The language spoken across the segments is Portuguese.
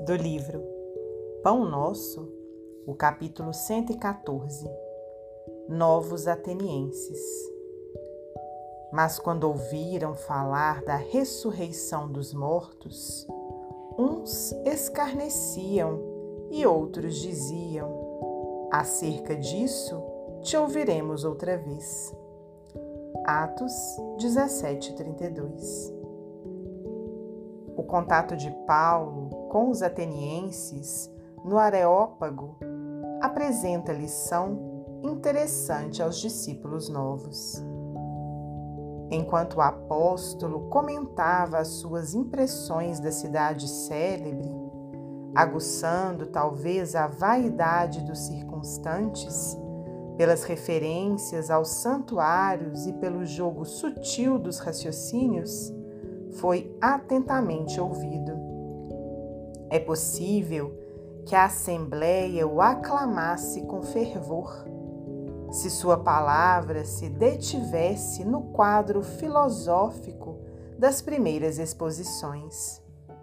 Do livro Pão Nosso, o capítulo 114, Novos Atenienses. Mas quando ouviram falar da ressurreição dos mortos, uns escarneciam e outros diziam: acerca disso te ouviremos outra vez. Atos 17:32. O contato de Paulo com os atenienses no Areópago apresenta lição interessante aos discípulos novos. Enquanto o apóstolo comentava as suas impressões da cidade célebre, aguçando talvez a vaidade dos circunstantes, pelas referências aos santuários e pelo jogo sutil dos raciocínios, foi atentamente ouvido. É possível que a Assembleia o aclamasse com fervor, se sua palavra se detivesse no quadro filosófico das primeiras exposições.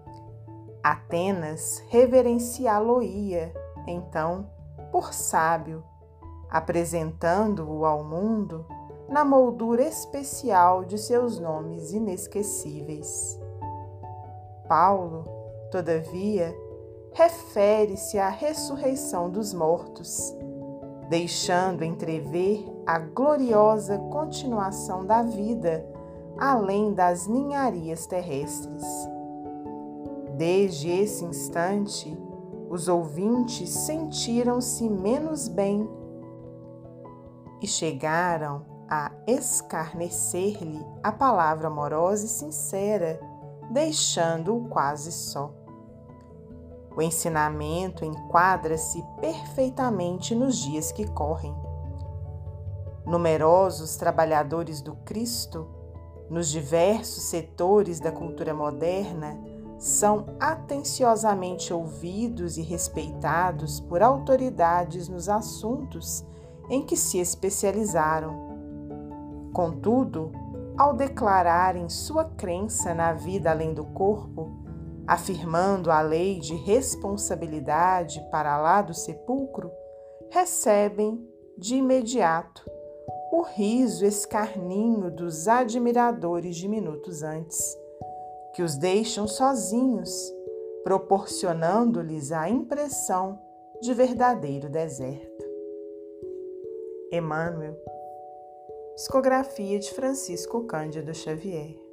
Atenas reverenciá-lo-ia, então, por sábio, apresentando-o ao mundo na moldura especial de seus nomes inesquecíveis. Paulo, todavia, refere-se à ressurreição dos mortos, deixando entrever a gloriosa continuação da vida além das ninharias terrestres. Desde esse instante, os ouvintes sentiram-se menos bem e chegaram a escarnecer-lhe a palavra amorosa e sincera, deixando-o quase só. O ensinamento enquadra-se perfeitamente nos dias que correm. Numerosos trabalhadores do Cristo, nos diversos setores da cultura moderna, são atenciosamente ouvidos e respeitados por autoridades nos assuntos em que se especializaram. Contudo, ao declararem sua crença na vida além do corpo, afirmando a lei de responsabilidade para lá do sepulcro, recebem, de imediato, o riso escarninho dos admiradores de minutos antes, que os deixam sozinhos, proporcionando-lhes a impressão de verdadeiro deserto. Emmanuel, psicografia de Francisco Cândido Xavier.